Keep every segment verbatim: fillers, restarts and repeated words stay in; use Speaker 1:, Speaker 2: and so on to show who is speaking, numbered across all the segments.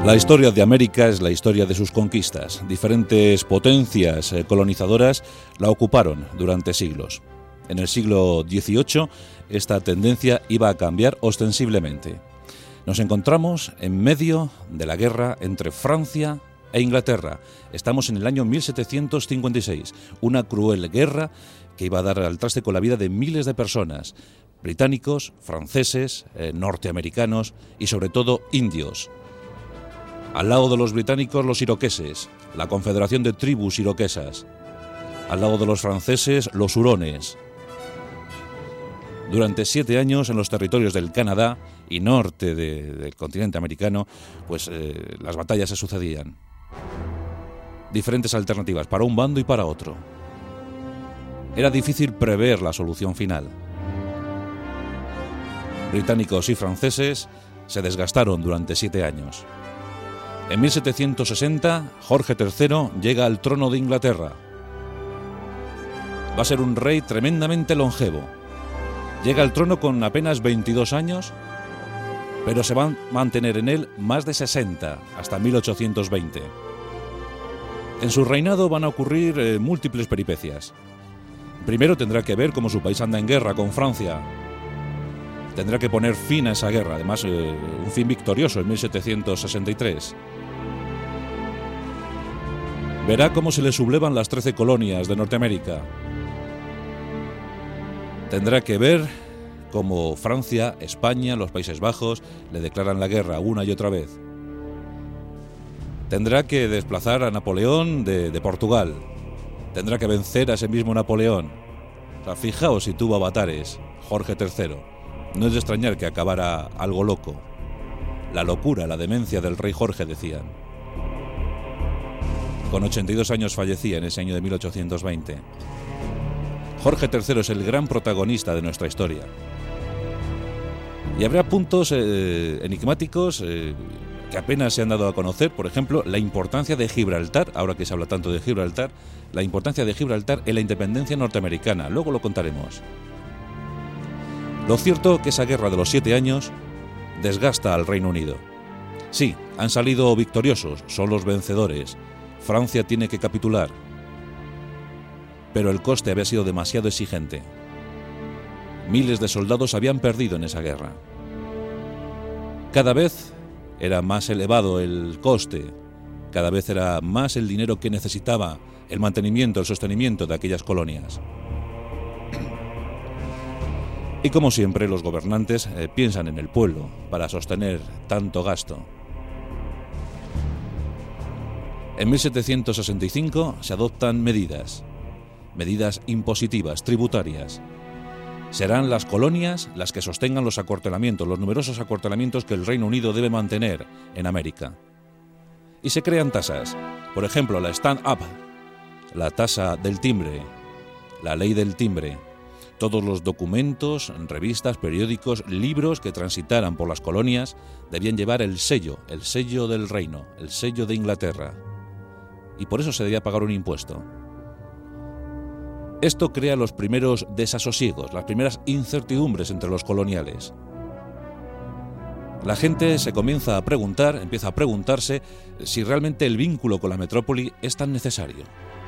Speaker 1: La historia de América es la historia de sus conquistas. Diferentes potencias colonizadoras la ocuparon durante siglos. En el siglo dieciocho, esta tendencia iba a cambiar ostensiblemente. Nos encontramos en medio de la guerra entre Francia e Inglaterra. Estamos en el año mil setecientos cincuenta y seis, una cruel guerra que iba a dar al traste con la vida de miles de personas, británicos, franceses, eh, norteamericanos y sobre todo indios. Al lado de los británicos, los iroqueses, la confederación de tribus iroquesas. Al lado de los franceses, los hurones. Durante siete años en los territorios del Canadá y norte de, del continente americano, pues eh, las batallas se sucedían. Diferentes alternativas para un bando y para otro. Era difícil prever la solución final. Británicos y franceses se desgastaron durante siete años. En mil setecientos sesenta, Jorge tercero llega al trono de Inglaterra. Va a ser un rey tremendamente longevo. Llega al trono con apenas veintidós años, pero se van a mantener en él más de sesenta, hasta mil ochocientos veinte. En su reinado van a ocurrir eh, múltiples peripecias. Primero tendrá que ver cómo su país anda en guerra con Francia. Tendrá que poner fin a esa guerra, además eh, un fin victorioso en mil setecientos sesenta y tres. Verá cómo se le sublevan las trece colonias de Norteamérica. Tendrá que ver cómo Francia, España, los Países Bajos le declaran la guerra una y otra vez. Tendrá que desplazar a Napoleón de, de Portugal. Tendrá que vencer a ese mismo Napoleón. O sea, fijaos si tuvo avatares, Jorge tercero. No es de extrañar que acabara algo loco. La locura, la demencia del rey Jorge, decían. Con ochenta y dos años fallecía en ese año de mil ochocientos veinte. Jorge tercero es el gran protagonista de nuestra historia. Y habrá puntos eh, enigmáticos eh, que apenas se han dado a conocer. Por ejemplo, la importancia de Gibraltar, ahora que se habla tanto de Gibraltar, la importancia de Gibraltar en la independencia norteamericana. Luego lo contaremos. Lo cierto es que esa guerra de los siete años desgasta al Reino Unido. Sí, han salido victoriosos, son los vencedores. Francia tiene que capitular. Pero el coste había sido demasiado exigente. Miles de soldados habían perdido en esa guerra. Cada vez era más elevado el coste, cada vez era más el dinero que necesitaba el mantenimiento, el sostenimiento de aquellas colonias. Y como siempre, los gobernantes eh, piensan en el pueblo para sostener tanto gasto. En mil setecientos sesenta y cinco se adoptan medidas, medidas impositivas, tributarias. Serán las colonias las que sostengan los acuartelamientos, los numerosos acuartelamientos que el Reino Unido debe mantener en América. Y se crean tasas, por ejemplo, la Stamp Act, la tasa del timbre, la ley del timbre. Todos los documentos, revistas, periódicos, libros que transitaran por las colonias debían llevar el sello, el sello del reino, el sello de Inglaterra. Y por eso se debía pagar un impuesto. Esto crea los primeros desasosiegos, las primeras incertidumbres entre los coloniales. La gente se comienza a preguntar, empieza a preguntarse si realmente el vínculo con la metrópoli es tan necesario.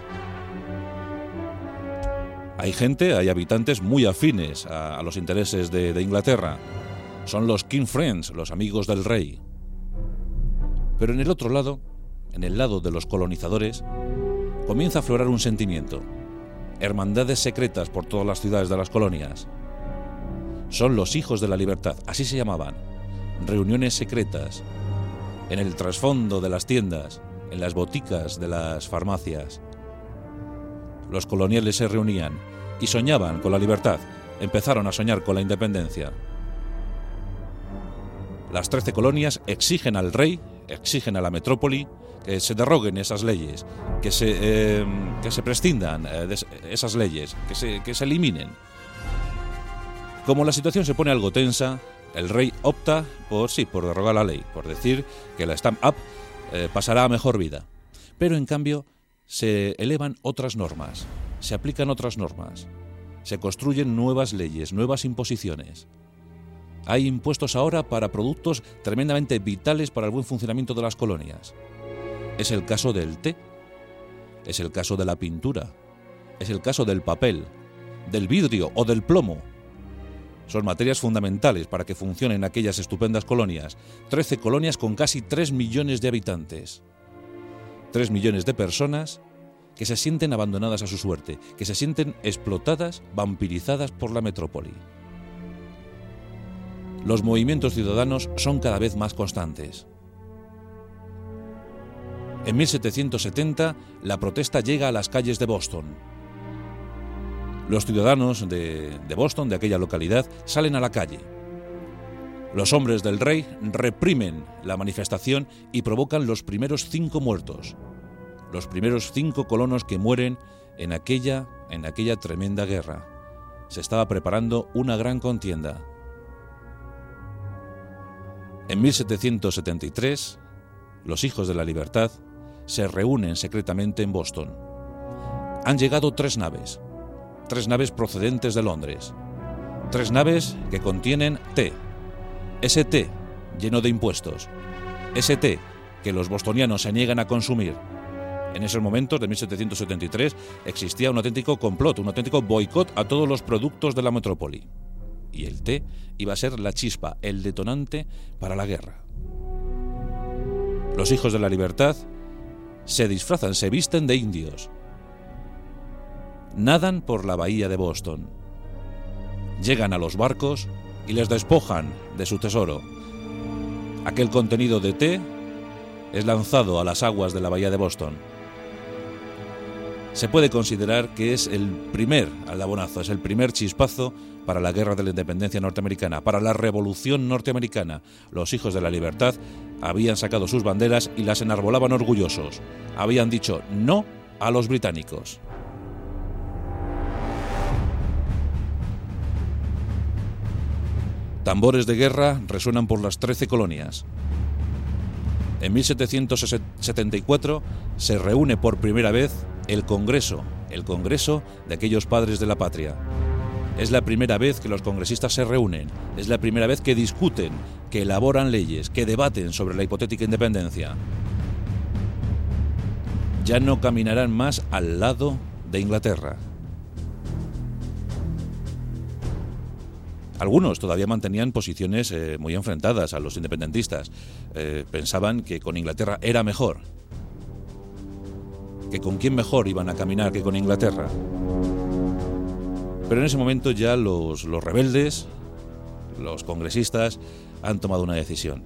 Speaker 1: Hay gente, hay habitantes muy afines a, a los intereses de, de Inglaterra. Son los King Friends, los amigos del rey. Pero en el otro lado, en el lado de los colonizadores, comienza a aflorar un sentimiento. Hermandades secretas por todas las ciudades de las colonias. Son los hijos de la libertad, así se llamaban. Reuniones secretas, en el trasfondo de las tiendas, en las boticas de las farmacias. Los coloniales se reunían y soñaban con la libertad, empezaron a soñar con la independencia. Las trece colonias exigen al rey, exigen a la metrópoli, que se derroguen esas leyes, que se, eh, que se prescindan eh, de esas leyes, que se, que se eliminen. Como la situación se pone algo tensa, el rey opta por, sí, por derrogar la ley, por decir que la Stamp Act eh, pasará a mejor vida. Pero en cambio se elevan otras normas, se aplican otras normas, se construyen nuevas leyes, nuevas imposiciones. Hay impuestos ahora para productos tremendamente vitales para el buen funcionamiento de las colonias. Es el caso del té, es el caso de la pintura, es el caso del papel, del vidrio o del plomo. Son materias fundamentales para que funcionen aquellas estupendas colonias. Trece colonias con casi tres millones de habitantes. Tres millones de personas que se sienten abandonadas a su suerte, que se sienten explotadas, vampirizadas por la metrópoli. Los movimientos ciudadanos son cada vez más constantes. En mil setecientos setenta, la protesta llega a las calles de Boston. Los ciudadanos de, de Boston, de aquella localidad, salen a la calle. Los hombres del rey reprimen la manifestación y provocan los primeros cinco muertos, los primeros cinco colonos que mueren en aquella, en aquella tremenda guerra. Se estaba preparando una gran contienda. En mil setecientos setenta y tres, los Hijos de la Libertad se reúnen secretamente en Boston. Han llegado tres naves, tres naves procedentes de Londres, tres naves que contienen té, ese té lleno de impuestos, ese té que los bostonianos se niegan a consumir. En esos momentos de mil setecientos setenta y tres existía un auténtico complot, un auténtico boicot a todos los productos de la metrópoli. Y el té iba a ser la chispa, el detonante para la guerra. Los Hijos de la Libertad se disfrazan, se visten de indios. Nadan por la bahía de Boston. Llegan a los barcos y les despojan de su tesoro. Aquel contenido de té es lanzado a las aguas de la bahía de Boston. Se puede considerar que es el primer aldabonazo, es el primer chispazo para la guerra de la independencia norteamericana, para la revolución norteamericana. Los Hijos de la Libertad habían sacado sus banderas y las enarbolaban orgullosos. Habían dicho no a los británicos. Tambores de guerra resuenan por las trece colonias. En mil setecientos setenta y cuatro se reúne por primera vez el Congreso, el Congreso de aquellos padres de la patria. Es la primera vez que los congresistas se reúnen, es la primera vez que discuten, que elaboran leyes, que debaten sobre la hipotética independencia. Ya no caminarán más al lado de Inglaterra. Algunos todavía mantenían posiciones eh, muy enfrentadas a los independentistas. Eh, pensaban que con Inglaterra era mejor. Que con quién mejor iban a caminar que con Inglaterra. Pero en ese momento ya los, los rebeldes, los congresistas, han tomado una decisión.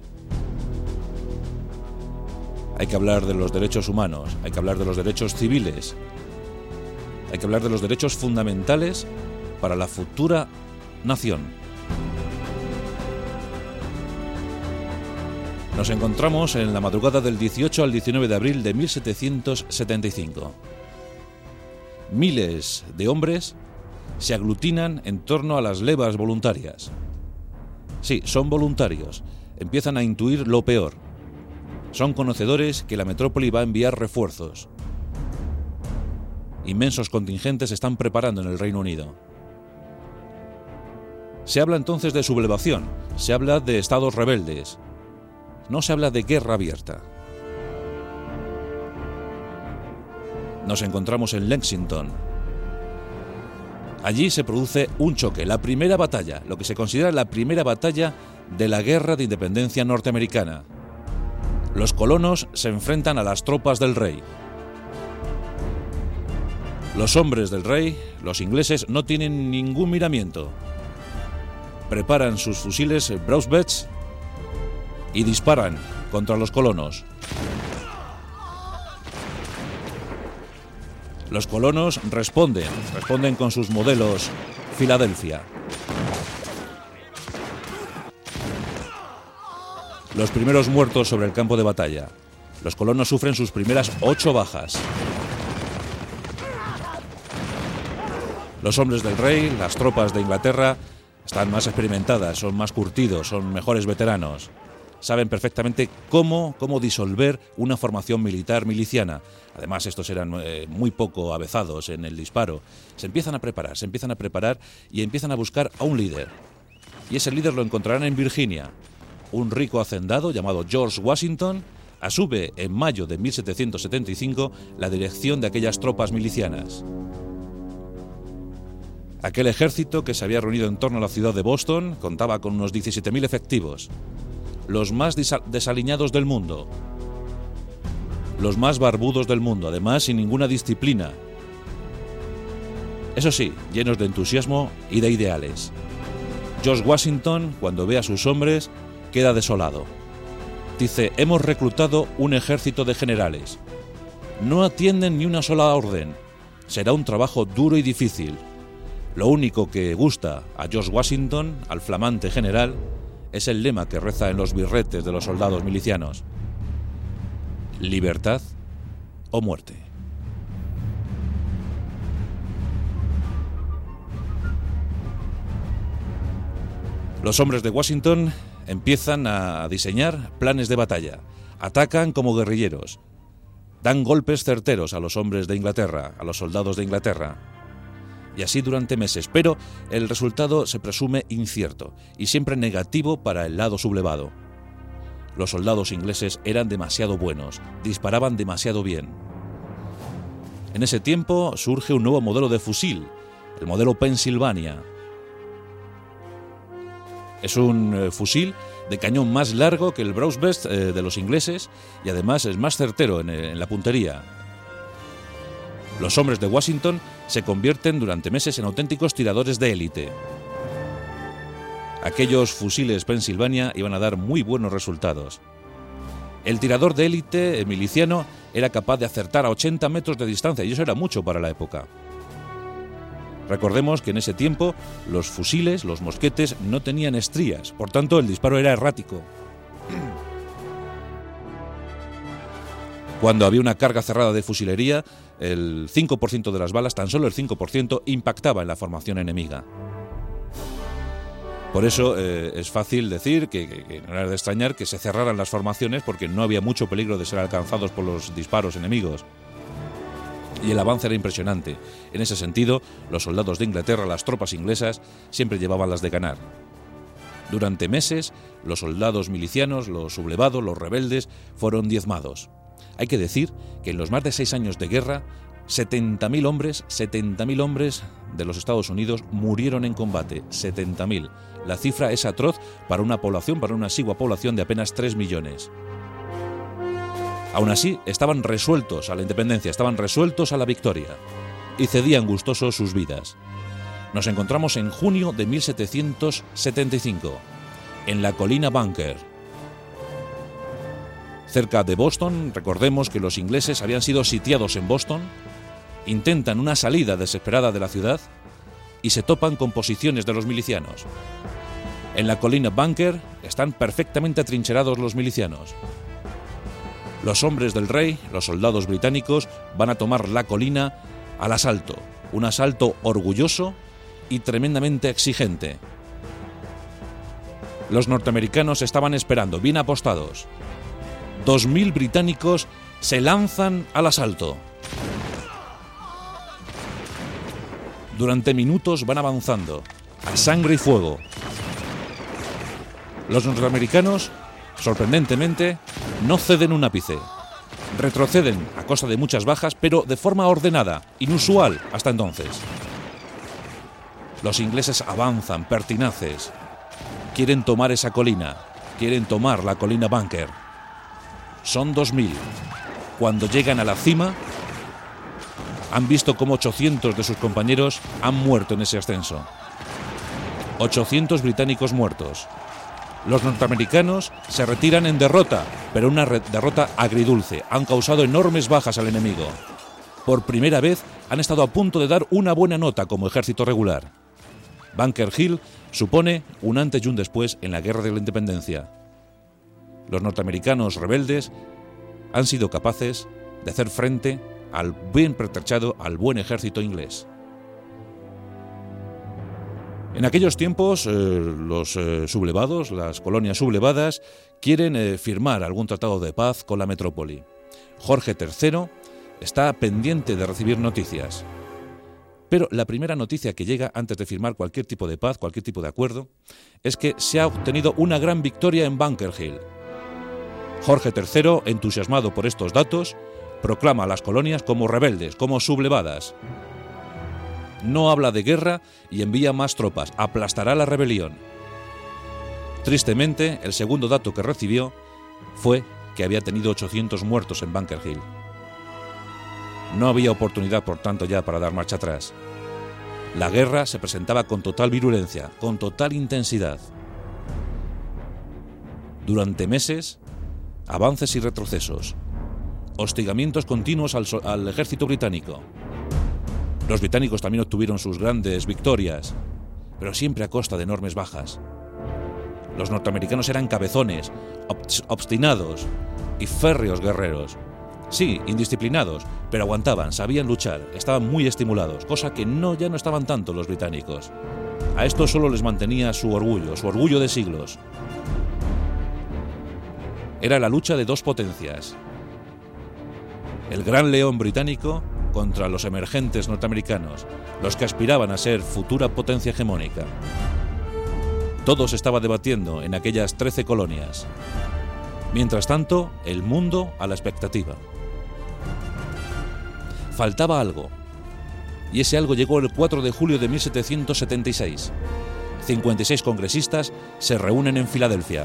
Speaker 1: Hay que hablar de los derechos humanos, hay que hablar de los derechos civiles, hay que hablar de los derechos fundamentales para la futura nación. Nos encontramos en la madrugada del dieciocho al diecinueve de abril de mil setecientos setenta y cinco. Miles de hombres se aglutinan en torno a las levas voluntarias. Sí, son voluntarios. Empiezan a intuir lo peor. Son conocedores que la metrópoli va a enviar refuerzos. Inmensos contingentes se están preparando en el Reino Unido. Se habla entonces de sublevación, se habla de estados rebeldes. No se habla de guerra abierta. Nos encontramos en Lexington. Allí se produce un choque, la primera batalla, lo que se considera la primera batalla de la guerra de independencia norteamericana. Los colonos se enfrentan a las tropas del rey. Los hombres del rey, los ingleses, no tienen ningún miramiento. Preparan sus fusiles Broadbecks y disparan contra los colonos. Los colonos responden, responden con sus modelos Filadelfia. Los primeros muertos sobre el campo de batalla. Los colonos sufren sus primeras ocho bajas. Los hombres del rey, las tropas de Inglaterra, están más experimentadas, son más curtidos, son mejores veteranos. Saben perfectamente cómo, cómo disolver una formación militar miliciana. Además, estos eran eh, muy poco avezados en el disparo. Se empiezan a preparar, se empiezan a preparar y empiezan a buscar a un líder. y ese líder lo encontrarán en Virginia. Un rico hacendado llamado George Washington asume en mayo de mil setecientos setenta y cinco la dirección de aquellas tropas milicianas. Aquel ejército que se había reunido en torno a la ciudad de Boston contaba con unos diecisiete mil efectivos, los más desaliñados del mundo, los más barbudos del mundo, además sin ninguna disciplina. Eso sí, llenos de entusiasmo y de ideales. George Washington, cuando ve a sus hombres, queda desolado. Dice: hemos reclutado un ejército de generales. No atienden ni una sola orden. Será un trabajo duro y difícil. Lo único que gusta a George Washington, al flamante general, es el lema que reza en los birretes de los soldados milicianos: libertad o muerte. Los hombres de Washington empiezan a diseñar planes de batalla. Atacan como guerrilleros. Dan golpes certeros a los hombres de Inglaterra, a los soldados de Inglaterra. Y así durante meses, pero el resultado se presume incierto y siempre negativo para el lado sublevado. Los soldados ingleses eran demasiado buenos, disparaban demasiado bien. En ese tiempo surge un nuevo modelo de fusil, el modelo Pennsylvania. Es un eh, fusil de cañón más largo que el Broadbest eh, de los ingleses y además es más certero en, en la puntería. Los hombres de Washington se convierten durante meses en auténticos tiradores de élite. Aquellos fusiles Pennsylvania iban a dar muy buenos resultados. El tirador de élite eh, miliciano era capaz de acertar a ochenta metros de distancia y eso era mucho para la época. Recordemos que en ese tiempo los fusiles, los mosquetes, no tenían estrías, por tanto el disparo era errático. Cuando había una carga cerrada de fusilería, el cinco por ciento de las balas, tan solo el cinco por ciento, impactaba en la formación enemiga. Por eso eh, es fácil decir que, que, que no era de extrañar que se cerraran las formaciones porque no había mucho peligro de ser alcanzados por los disparos enemigos. Y el avance era impresionante. En ese sentido, los soldados de Inglaterra, las tropas inglesas, siempre llevaban las de ganar. Durante meses, los soldados milicianos, los sublevados, los rebeldes, fueron diezmados. Hay que decir que en los más de seis años de guerra, setenta mil hombres, setenta mil hombres de los Estados Unidos murieron en combate. setenta mil. La cifra es atroz para una población, para una exigua población de apenas tres millones. Aún así, estaban resueltos a la independencia, estaban resueltos a la victoria y cedían gustosos sus vidas. Nos encontramos en junio de mil setecientos setenta y cinco, en la colina Bunker. Cerca de Boston, recordemos que los ingleses habían sido sitiados en Boston, intentan una salida desesperada de la ciudad y se topan con posiciones de los milicianos. En la colina Bunker están perfectamente atrincherados los milicianos. Los hombres del rey, los soldados británicos, van a tomar la colina al asalto, un asalto orgulloso y tremendamente exigente. Los norteamericanos estaban esperando, bien apostados. Dos mil británicos se lanzan al asalto. Durante minutos van avanzando, a sangre y fuego. Los norteamericanos, sorprendentemente, no ceden un ápice. Retroceden a costa de muchas bajas, pero de forma ordenada, inusual hasta entonces. Los ingleses avanzan, pertinaces. Quieren tomar esa colina, quieren tomar la colina Bunker. Son dos mil. Cuando llegan a la cima, han visto cómo ochocientos de sus compañeros han muerto en ese ascenso. ochocientos británicos muertos. Los norteamericanos se retiran en derrota, pero una derrota agridulce. Han causado enormes bajas al enemigo. Por primera vez han estado a punto de dar una buena nota como ejército regular. Bunker Hill supone un antes y un después en la Guerra de la Independencia. Los norteamericanos rebeldes han sido capaces de hacer frente al bien pertrechado, al buen ejército inglés. En aquellos tiempos, eh, los eh, sublevados, las colonias sublevadas, quieren eh, firmar algún tratado de paz con la metrópoli. Jorge tercero está pendiente de recibir noticias. Pero la primera noticia que llega antes de firmar cualquier tipo de paz, cualquier tipo de acuerdo, es que se ha obtenido una gran victoria en Bunker Hill. Jorge tercero, entusiasmado por estos datos, proclama a las colonias como rebeldes, como sublevadas. No habla de guerra y envía más tropas, aplastará la rebelión. Tristemente, el segundo dato que recibió fue que había tenido ochocientos muertos en Bunker Hill. No había oportunidad, por tanto, ya para dar marcha atrás. La guerra se presentaba con total virulencia, con total intensidad. Durante meses, avances y retrocesos, hostigamientos continuos al, so- al ejército británico. Los británicos también obtuvieron sus grandes victorias, pero siempre a costa de enormes bajas. Los norteamericanos eran cabezones, obst- obstinados y férreos guerreros. Sí, indisciplinados, pero aguantaban, sabían luchar, estaban muy estimulados, cosa que no ya no estaban tanto los británicos. A esto solo les mantenía su orgullo, su orgullo de siglos. Era la lucha de dos potencias. El gran león británico contra los emergentes norteamericanos, los que aspiraban a ser futura potencia hegemónica. Todo se estaba debatiendo en aquellas trece colonias. Mientras tanto, el mundo a la expectativa. Faltaba algo, y ese algo llegó el cuatro de julio de mil setecientos setenta y seis. cincuenta y seis congresistas se reúnen en Filadelfia.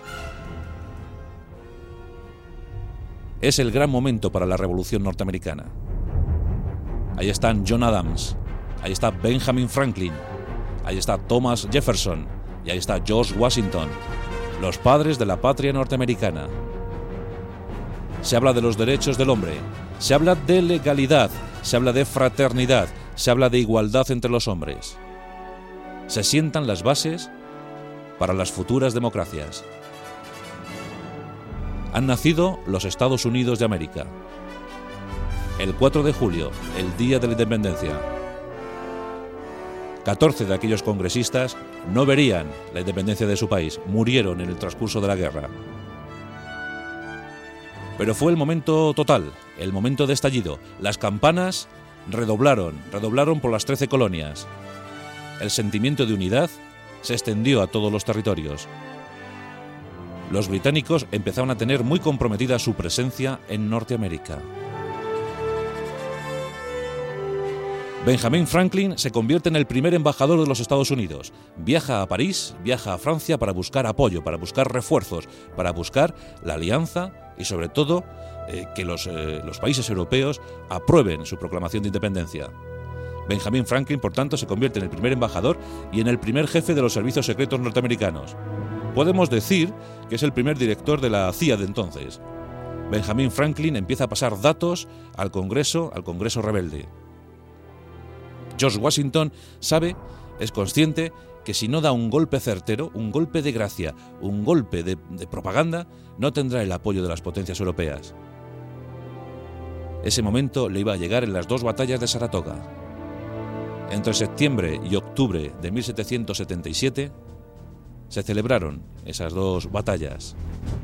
Speaker 1: Es el gran momento para la Revolución norteamericana. Ahí están John Adams, ahí está Benjamin Franklin, ahí está Thomas Jefferson y ahí está George Washington, los padres de la patria norteamericana. Se habla de los derechos del hombre, se habla de legalidad, se habla de fraternidad, se habla de igualdad entre los hombres. Se sientan las bases para las futuras democracias. Han nacido los Estados Unidos de América. El cuatro de julio, el día de la independencia. catorce de aquellos congresistas no verían la independencia de su país, murieron en el transcurso de la guerra. Pero fue el momento total, el momento de estallido. Las campanas redoblaron, redoblaron por las trece colonias. El sentimiento de unidad se extendió a todos los territorios. Los británicos empezaron a tener muy comprometida su presencia en Norteamérica. Benjamin Franklin se convierte en el primer embajador de los Estados Unidos. Viaja a París, viaja a Francia para buscar apoyo, para buscar refuerzos, para buscar la alianza y sobre todo eh, que los, eh, los países europeos aprueben su proclamación de independencia. Benjamin Franklin, por tanto, se convierte en el primer embajador y en el primer jefe de los servicios secretos norteamericanos. Podemos decir que es el primer director de la C I A de entonces. Benjamin Franklin empieza a pasar datos al Congreso, al Congreso rebelde. George Washington sabe, es consciente, que si no da un golpe certero, un golpe de gracia, un golpe de, de propaganda, no tendrá el apoyo de las potencias europeas. Ese momento le iba a llegar en las dos batallas de Saratoga. Entre septiembre y octubre de mil setecientos setenta y siete se celebraron esas dos batallas.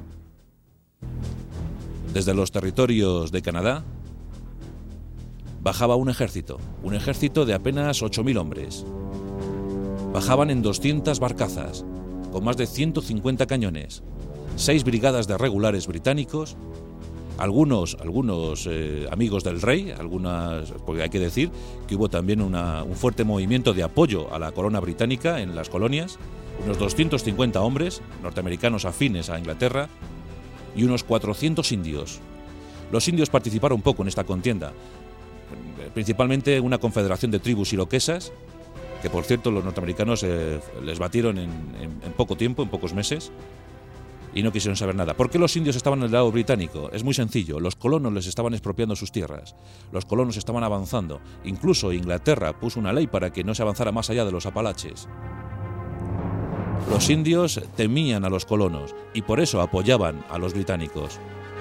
Speaker 1: Desde los territorios de Canadá bajaba un ejército, un ejército de apenas ocho mil hombres. Bajaban en doscientas barcazas, con más de ciento cincuenta cañones, seis brigadas de regulares británicos, algunos, algunos eh, amigos del rey, algunas, porque hay que decir que hubo también una, un fuerte movimiento de apoyo a la corona británica en las colonias, unos doscientos cincuenta hombres norteamericanos afines a Inglaterra y unos cuatrocientos indios. Los indios participaron poco en esta contienda, principalmente una confederación de tribus iroquesas, que por cierto los norteamericanos eh, les batieron en, en, en poco tiempo, en pocos meses, y no quisieron saber nada. ¿Por qué los indios estaban en el lado británico? Es muy sencillo, los colonos les estaban expropiando sus tierras, los colonos estaban avanzando, incluso Inglaterra puso una ley para que no se avanzara más allá de los Apalaches. Los indios temían a los colonos y por eso apoyaban a los británicos.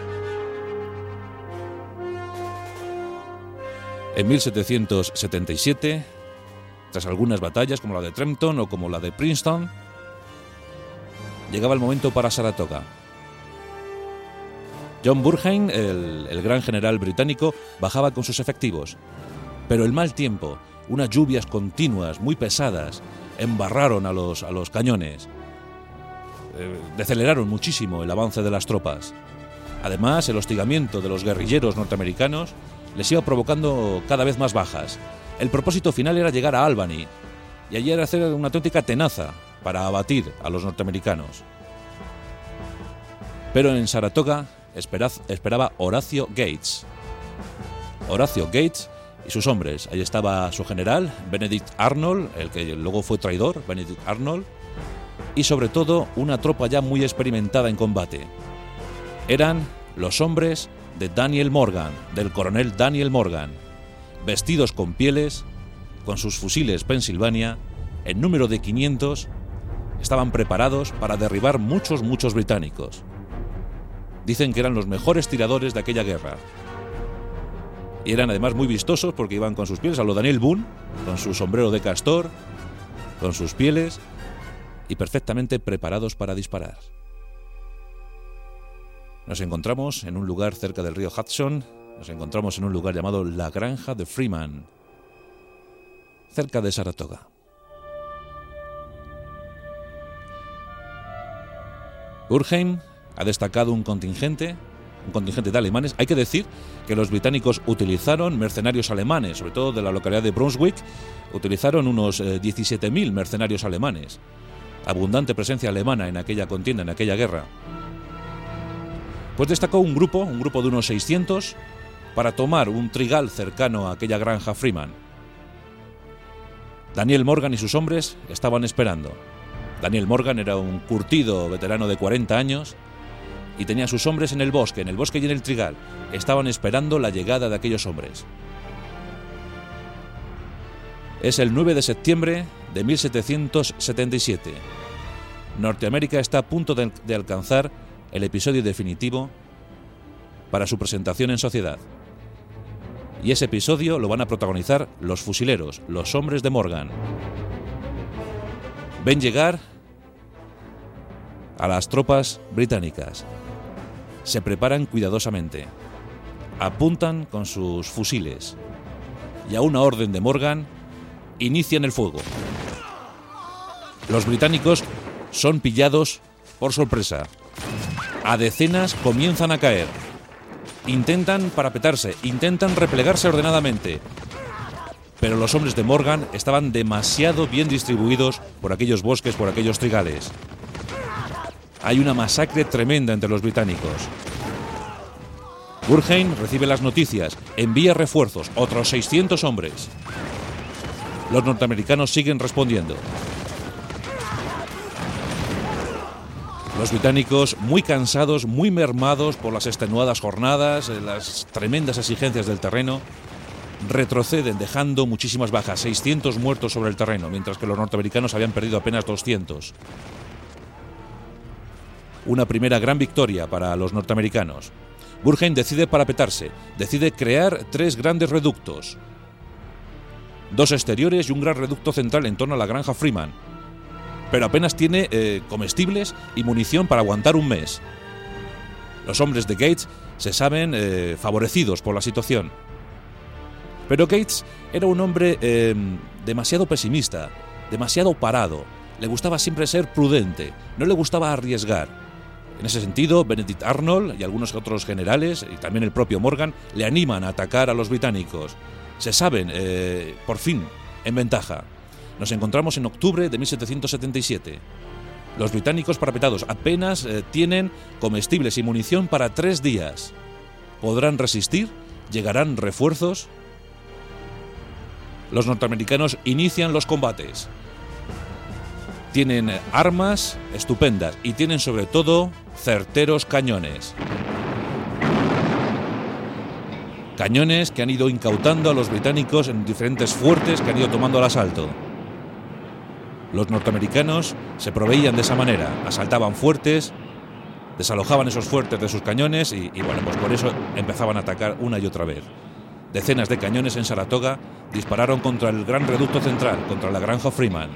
Speaker 1: En mil setecientos setenta y siete, tras algunas batallas como la de Trenton o como la de Princeton, llegaba el momento para Saratoga. John Burgoyne, el, el gran general británico, bajaba con sus efectivos, pero el mal tiempo, unas lluvias continuas, muy pesadas, embarraron a los, a los cañones, eh, deceleraron muchísimo el avance de las tropas. Además, el hostigamiento de los guerrilleros norteamericanos les iba provocando cada vez más bajas. El propósito final era llegar a Albany, y allí era hacer una auténtica tenaza para abatir a los norteamericanos. Pero en Saratoga esperaz, esperaba Horacio Gates. Horacio Gates y sus hombres. Ahí estaba su general, Benedict Arnold, el que luego fue traidor, Benedict Arnold, y sobre todo una tropa ya muy experimentada en combate. Eran los hombres de Daniel Morgan, del coronel Daniel Morgan, vestidos con pieles, con sus fusiles Pennsylvania, en número de quinientos, estaban preparados para derribar muchos, muchos británicos. Dicen que eran los mejores tiradores de aquella guerra. Y eran además muy vistosos porque iban con sus pieles, a lo Daniel Boone, con su sombrero de castor, con sus pieles, y perfectamente preparados para disparar. Nos encontramos en un lugar cerca del río Hudson, nos encontramos en un lugar llamado La Granja de Freeman, cerca de Saratoga. Burheim ha destacado un contingente, un contingente de alemanes. Hay que decir que los británicos utilizaron mercenarios alemanes, sobre todo de la localidad de Brunswick, utilizaron unos eh, diecisiete mil mercenarios alemanes. Abundante presencia alemana en aquella contienda, en aquella guerra. Pues destacó un grupo, un grupo de unos seiscientos, para tomar un trigal cercano a aquella granja Freeman. Daniel Morgan y sus hombres estaban esperando. Daniel Morgan era un curtido veterano de cuarenta años y tenía a sus hombres en el bosque, en el bosque y en el trigal. Estaban esperando la llegada de aquellos hombres. Es el nueve de septiembre de mil setecientos setenta y siete. Norteamérica está a punto de, de alcanzar el episodio definitivo para su presentación en sociedad. Y ese episodio lo van a protagonizar los fusileros, los hombres de Morgan. Ven llegar a las tropas británicas. Se preparan cuidadosamente. Apuntan con sus fusiles. Y a una orden de Morgan, inician el fuego. Los británicos son pillados por sorpresa. A decenas comienzan a caer. Intentan parapetarse, intentan replegarse ordenadamente. Pero los hombres de Morgan estaban demasiado bien distribuidos por aquellos bosques, por aquellos trigales. Hay una masacre tremenda entre los británicos. Burheim recibe las noticias, envía refuerzos, otros seiscientos hombres. Los norteamericanos siguen respondiendo. Los británicos, muy cansados, muy mermados por las extenuadas jornadas, las tremendas exigencias del terreno, retroceden dejando muchísimas bajas, seiscientos muertos sobre el terreno, mientras que los norteamericanos habían perdido apenas doscientos. Una primera gran victoria para los norteamericanos. Burheim decide parapetarse, decide crear tres grandes reductos. Dos exteriores y un gran reducto central en torno a la granja Freeman. Pero apenas tiene eh, comestibles y munición para aguantar un mes. Los hombres de Gates se saben eh, favorecidos por la situación. Pero Gates era un hombre eh, demasiado pesimista, demasiado parado. Le gustaba siempre ser prudente, no le gustaba arriesgar. En ese sentido, Benedict Arnold y algunos otros generales, y también el propio Morgan, le animan a atacar a los británicos. Se saben, eh, por fin, en ventaja. Nos encontramos en octubre de mil setecientos setenta y siete. Los británicos parapetados apenas eh, tienen comestibles y munición para tres días. ¿Podrán resistir? ¿Llegarán refuerzos? Los norteamericanos inician los combates. Tienen armas estupendas y tienen sobre todo certeros cañones. Cañones que han ido incautando a los británicos en diferentes fuertes que han ido tomando al asalto. Los norteamericanos se proveían de esa manera, asaltaban fuertes, desalojaban esos fuertes de sus cañones y, y bueno, pues por eso empezaban a atacar una y otra vez. Decenas de cañones en Saratoga dispararon contra el gran reducto central, contra la granja Freeman.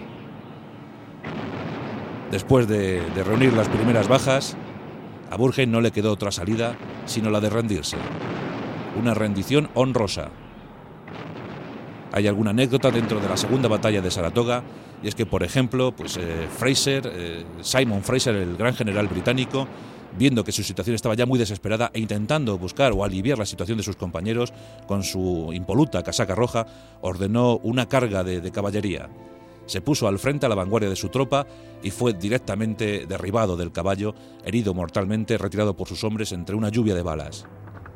Speaker 1: Después de, de reunir las primeras bajas, a Burheim no le quedó otra salida sino la de rendirse. Una rendición honrosa. Hay alguna anécdota dentro de la segunda batalla de Saratoga, y es que, por ejemplo, pues eh, Fraser, eh, Simon Fraser, el gran general británico, viendo que su situación estaba ya muy desesperada e intentando buscar o aliviar la situación de sus compañeros con su impoluta casaca roja, ordenó una carga de, de caballería. Se puso al frente a la vanguardia de su tropa y fue directamente derribado del caballo, herido mortalmente, retirado por sus hombres entre una lluvia de balas.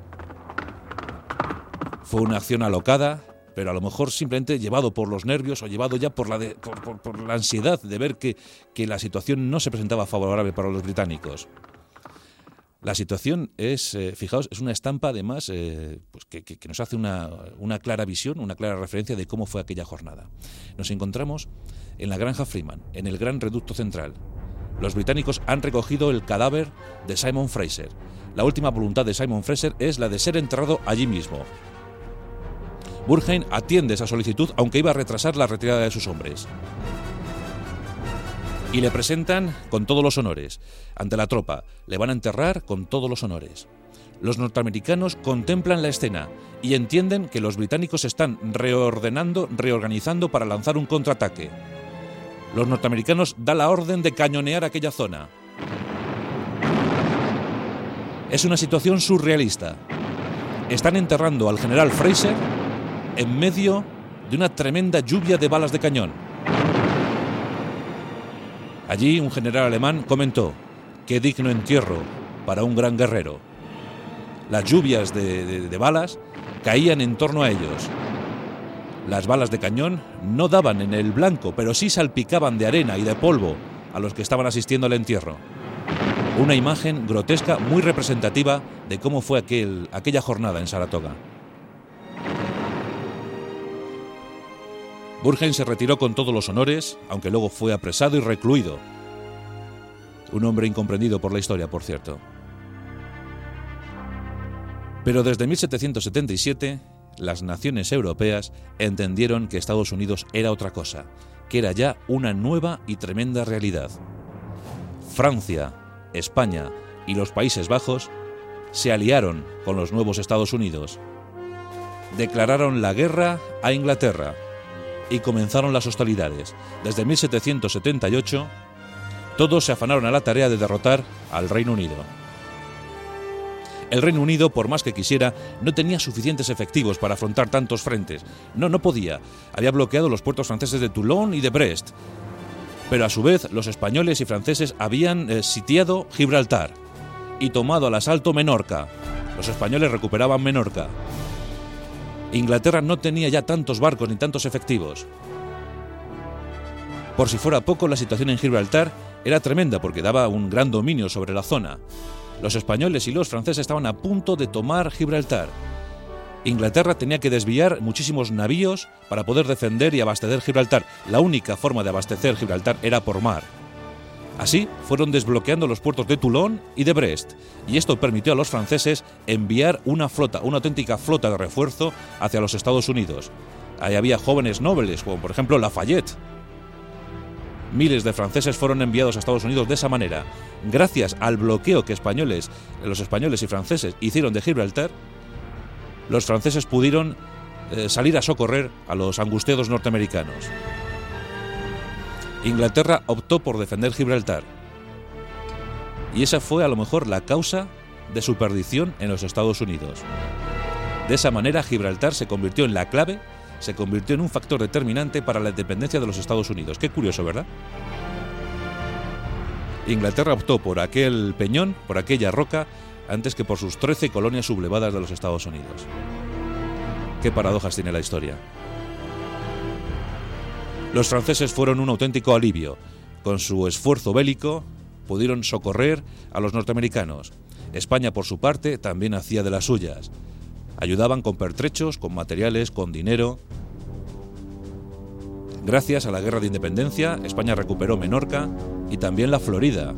Speaker 1: Fue una acción alocada, pero a lo mejor simplemente llevado por los nervios o llevado ya por la, de, por, por, por la ansiedad de ver que, que la situación no se presentaba favorable para los británicos. La situación es, eh, fijaos, es una estampa además eh, pues que, que, que nos hace una, una clara visión, una clara referencia de cómo fue aquella jornada. Nos encontramos en la granja Freeman, en el gran reducto central. Los británicos han recogido el cadáver de Simon Fraser. La última voluntad de Simon Fraser es la de ser enterrado allí mismo. Burgoyne atiende esa solicitud, aunque iba a retrasar la retirada de sus hombres. Y le presentan con todos los honores. Ante la tropa, le van a enterrar con todos los honores. Los norteamericanos contemplan la escena y entienden que los británicos están reordenando, reorganizando para lanzar un contraataque. Los norteamericanos dan la orden de cañonear aquella zona. Es una situación surrealista. Están enterrando al general Fraser en medio de una tremenda lluvia de balas de cañón. Allí un general alemán comentó: «Qué digno entierro para un gran guerrero». Las lluvias de, de, de balas caían en torno a ellos. Las balas de cañón no daban en el blanco, pero sí salpicaban de arena y de polvo a los que estaban asistiendo al entierro. Una imagen grotesca muy representativa de cómo fue aquel, aquella jornada en Saratoga. Burgoyne se retiró con todos los honores, aunque luego fue apresado y recluido. Un hombre incomprendido por la historia, por cierto. Pero desde mil setecientos setenta y siete, las naciones europeas entendieron que Estados Unidos era otra cosa, que era ya una nueva y tremenda realidad. Francia, España y los Países Bajos se aliaron con los nuevos Estados Unidos. Declararon la guerra a Inglaterra y comenzaron las hostilidades. Desde mil setecientos setenta y ocho, todos se afanaron a la tarea de derrotar al Reino Unido. El Reino Unido, por más que quisiera, no tenía suficientes efectivos para afrontar tantos frentes. No, no podía. Había bloqueado los puertos franceses de Toulon y de Brest. Pero a su vez, los españoles y franceses habían eh, sitiado Gibraltar y tomado al asalto Menorca. Los españoles recuperaban Menorca. Inglaterra no tenía ya tantos barcos ni tantos efectivos. Por si fuera poco, la situación en Gibraltar era tremenda porque daba un gran dominio sobre la zona. Los españoles y los franceses estaban a punto de tomar Gibraltar. Inglaterra tenía que desviar muchísimos navíos para poder defender y abastecer Gibraltar. La única forma de abastecer Gibraltar era por mar. Así fueron desbloqueando los puertos de Toulon y de Brest, y esto permitió a los franceses enviar una flota, una auténtica flota de refuerzo hacia los Estados Unidos. Ahí había jóvenes nobles, como por ejemplo Lafayette. Miles de franceses fueron enviados a Estados Unidos de esa manera. Gracias al bloqueo que españoles, los españoles y franceses hicieron de Gibraltar, los franceses pudieron eh, salir a socorrer a los angustiados norteamericanos. Inglaterra optó por defender Gibraltar. Y esa fue a lo mejor la causa de su perdición en los Estados Unidos. De esa manera Gibraltar se convirtió en la clave, se convirtió en un factor determinante para la independencia de los Estados Unidos. Qué curioso, ¿verdad? Inglaterra optó por aquel peñón, por aquella roca, antes que por sus trece colonias sublevadas de los Estados Unidos. Qué paradojas tiene la historia. Los franceses fueron un auténtico alivio. Con su esfuerzo bélico pudieron socorrer a los norteamericanos. España, por su parte, también hacía de las suyas. Ayudaban con pertrechos, con materiales, con dinero. Gracias a la Guerra de Independencia, España recuperó Menorca y también la Florida.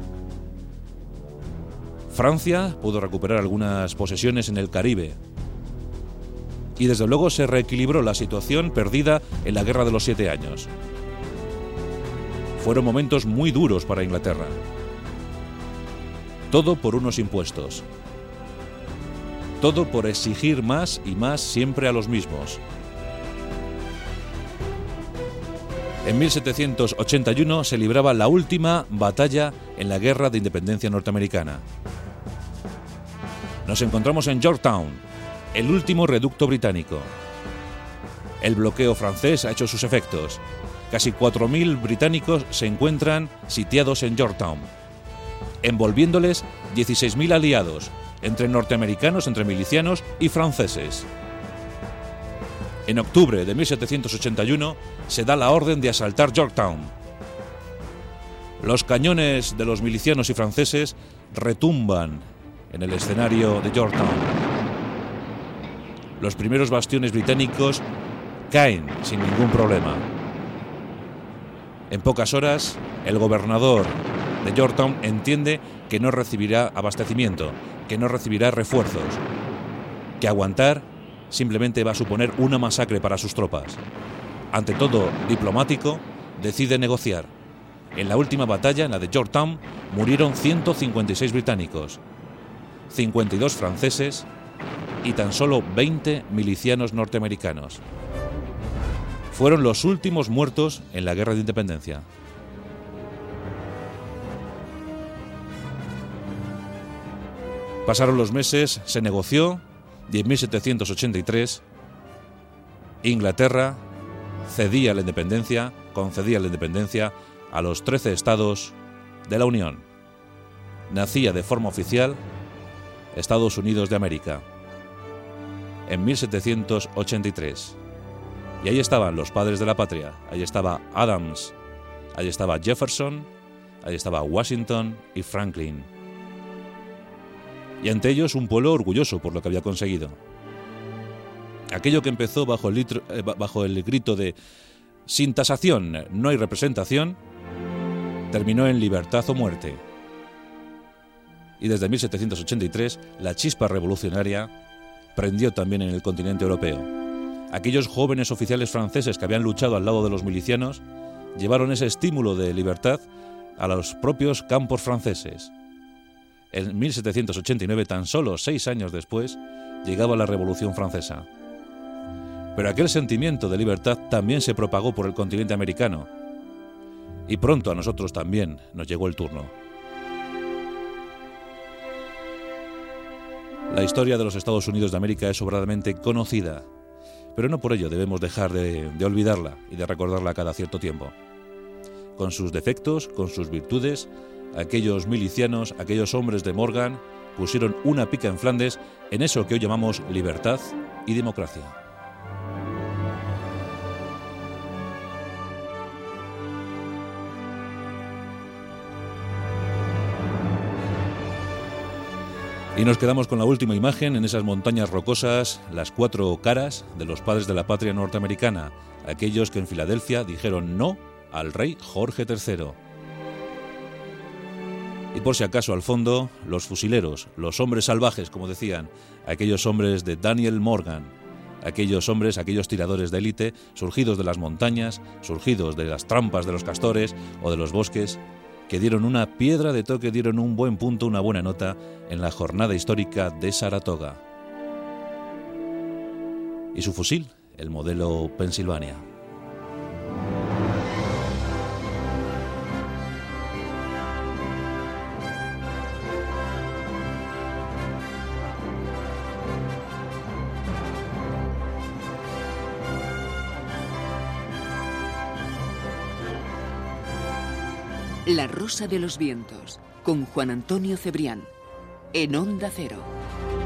Speaker 1: Francia pudo recuperar algunas posesiones en el Caribe. Y desde luego se reequilibró la situación perdida en la Guerra de los Siete Años. Fueron momentos muy duros para Inglaterra. Todo por unos impuestos. Todo por exigir más y más siempre a los mismos. En mil setecientos ochenta y uno se libraba la última batalla en la Guerra de Independencia norteamericana. Nos encontramos en Yorktown, el último reducto británico. El bloqueo francés ha hecho sus efectos. Casi cuatro mil británicos se encuentran sitiados en Yorktown, envolviéndoles dieciséis mil aliados, entre norteamericanos, entre milicianos y franceses. En octubre de mil setecientos ochenta y uno se da la orden de asaltar Yorktown. Los cañones de los milicianos y franceses retumban en el escenario de Yorktown. Los primeros bastiones británicos caen sin ningún problema. En pocas horas, el gobernador de Yorktown entiende que no recibirá abastecimiento, que no recibirá refuerzos, que aguantar simplemente va a suponer una masacre para sus tropas. Ante todo diplomático, decide negociar. En la última batalla, en la de Yorktown, murieron ciento cincuenta y seis británicos, cincuenta y dos franceses y tan solo veinte milicianos norteamericanos. Fueron los últimos muertos en la Guerra de Independencia. Pasaron los meses, se negoció y en mil setecientos ochenta y tres Inglaterra cedía la independencia, concedía la independencia a los trece estados de la Unión. Nacía de forma oficial Estados Unidos de América en mil setecientos ochenta y tres. Y ahí estaban los padres de la patria. Ahí estaba Adams, ahí estaba Jefferson, ahí estaba Washington y Franklin. Y ante ellos un pueblo orgulloso por lo que había conseguido. Aquello que empezó bajo el, litro, eh, bajo el grito de «sin tasación no hay representación», terminó en libertad o muerte. Y desde mil setecientos ochenta y tres la chispa revolucionaria prendió también en el continente europeo. Aquellos jóvenes oficiales franceses que habían luchado al lado de los milicianos llevaron ese estímulo de libertad a los propios campos franceses. En mil setecientos ochenta y nueve, tan solo seis años después, llegaba la Revolución Francesa. Pero aquel sentimiento de libertad también se propagó por el continente americano. Y pronto a nosotros también nos llegó el turno. La historia de los Estados Unidos de América es sobradamente conocida, pero no por ello debemos dejar de, de olvidarla y de recordarla cada cierto tiempo. Con sus defectos, con sus virtudes, aquellos milicianos, aquellos hombres de Morgan, pusieron una pica en Flandes en eso que hoy llamamos libertad y democracia. Y nos quedamos con la última imagen en esas montañas rocosas, las cuatro caras de los padres de la patria norteamericana, aquellos que en Filadelfia dijeron no al rey Jorge tercero. Y por si acaso al fondo, los fusileros, los hombres salvajes, como decían, aquellos hombres de Daniel Morgan, aquellos hombres, aquellos tiradores de élite, surgidos de las montañas, surgidos de las trampas de los castores o de los bosques, que dieron una piedra de toque, dieron un buen punto, una buena nota en la jornada histórica de Saratoga. Y su fusil, el modelo Pennsylvania.
Speaker 2: La Rosa de los Vientos, con Juan Antonio Cebrián, en Onda Cero.